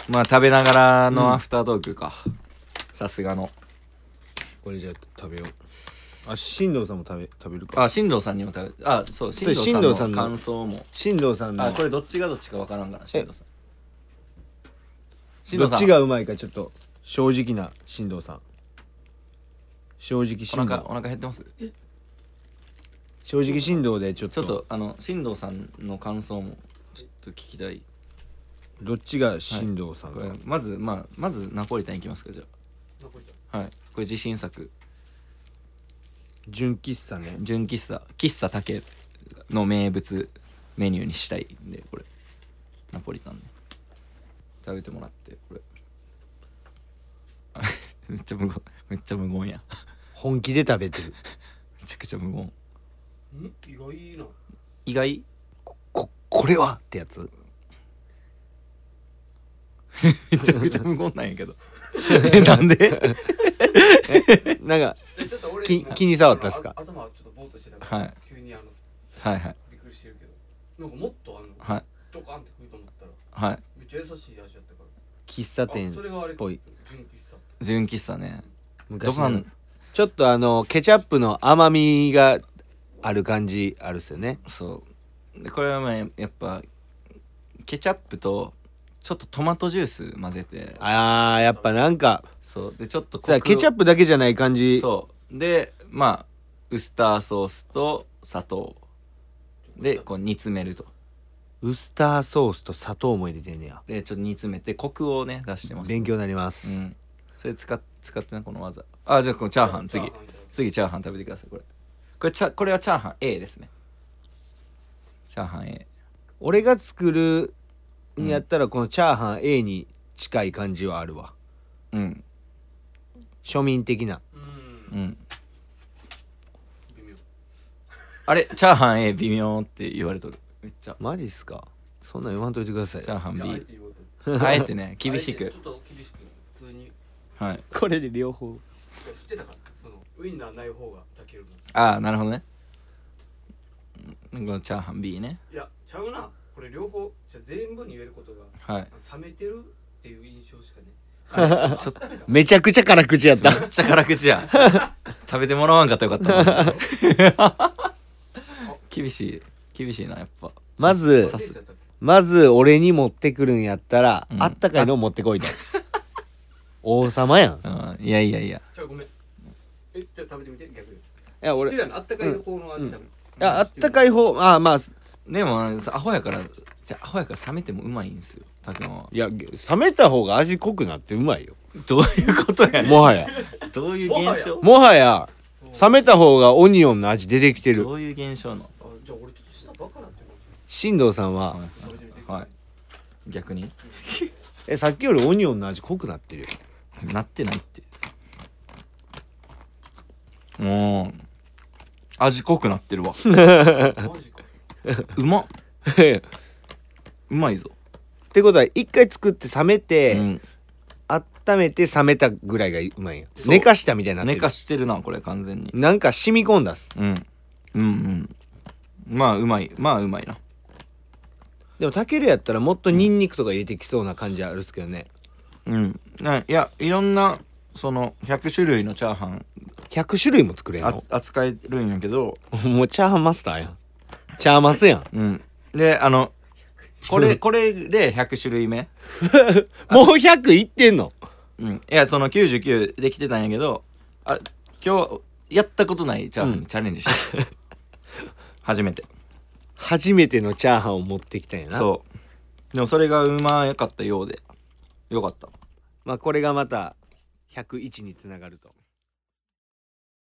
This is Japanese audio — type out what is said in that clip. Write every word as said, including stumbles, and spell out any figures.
まあ食べながらのアフタートークか、さすがの。 これじゃあ食べよう。あ、新藤さんも食べ食べるか。 あ、新藤さんにも食べ、あ、そう、新藤さんの感想も。 新藤さんの。 あ、これどっちがどっちかわからんかな、新藤さん。 どっちがうまいかちょっと正直な新藤さん。正直新藤。 お腹お腹減ってます？ 正直新藤でちょっと。 ちょっとあの新藤さんの感想もちょっと聞きたい。 どっちが新藤さんか。 はい、まずまあまずナポリタンいきますか、じゃあ。ナポリタン。はい。これ自信作。 純喫茶ね。 純喫茶、喫茶竹の名物メニューにしたいんで、これナポリタンね、食べてもらって。これめっちゃ無言、めっちゃ無言や。 本気で食べてる。 めちゃくちゃ無言。 ん意外な。 意外。 こここれはってやつ。 めちゃくちゃ無言なんやけど。なんでなんか気気に障ったっすか。 頭ちょっとボーっとしてたから、はい、急にあのはいはいびっくりしてるけど、なんかもっとあの、はい、ドカンって食うと思ったら、はい、めっちゃ優しい味だったから。 喫茶店っぽい。 純喫茶。 純喫茶ね。 昔のちょっとあのケチャップの甘みがある感じあるっすよね。 そうで、これはまあやっぱケチャップとちょっとトマトジュース混ぜて、 あーやっぱなんかそうでちょっとケチャップだけじゃない感じ。 そうでまあウスターソースと砂糖でこう煮詰めると。 ウスターソースと砂糖も入れてんねや。 でちょっと煮詰めてコクをね出してます、ね、 勉強になります、 うん、それ使っ使ってなこの技。あ、じゃあこのチャーハン次次チャーハン食べてください。これこれチャこれはチャーハン A ですね。チャーハン A。 俺が作るにやったらこのチャーハン A に近い感じはあるわ。 うん、 庶民的な。 うん、あれチャーハン A 微妙って言われとる。めっちゃマジっすか。そんなん言わんといてください。 チャーハン B。 あえてね厳しく、 ちょっと厳しく普通に。 はい、 これで両方知ってたからそのウインナーない方が炊けるの。 ああなるほどね。このチャーハン B ね。 いやちゃうな、これ両方じゃ全部に言えることが、はい、冷めてるっていう印象しかね。 ちょっとめちゃくちゃ辛口やった。 めっちゃ辛口やん。食べてもらわんかったらよかったマジで。厳しい厳しいなやっぱ。 まずまず俺に持ってくるんやったら、うん、あったかいのを持ってこいと。王様やん、 うん、いやいやいや。 じゃあごめん、えじゃあ食べてみて逆に。いや俺あったかい方の味食べ、うん、いやあったかい方、ああまあでもアホやからじゃあアホやから冷めてもうまいんですよ竹野は。 いや冷めた方が味濃くなってうまいよ。 どういうことやねん。 もはやどういう現象。 もはや冷めた方がオニオンの味出てきてる。 どういう現象なの。 じゃあ俺ちょっと舌バカなってる。 新藤さんは、はいはい、逆にえさっきよりオニオンの味濃くなってるよ。 なってないって。もう味濃くなってるわ。マジか。うまっ。うまいぞ。 ってことは一回作って冷めて、うん、温めて冷めたぐらいがうまいんや。寝かしたみたいになってる。 寝かしてるなこれ完全に。 なんか染み込んだっす。 うんうんうん。まあうまいまあうまいな。 でもたけるやったらもっとニンニクとか入れてきそうな感じあるっすけどね。 うん。いやいろんなそのひゃく種類のチャーハンひゃく種類も作れんの。 扱えるんやけど。 もうチャーハンマスターやん。チャーマスやん。 うん。であのこれこれでひゃく種類目。 もうひゃくいってんの。 うん。いやそのきゅうじゅうきゅうできてたんやけど、あ今日やったことないチャーハンにチャレンジして、うん、初めて初めてのチャーハンを持ってきたんやな。 そう。でもそれがうまかったようでよかった。 まあこれがまたひゃくいちにつながると。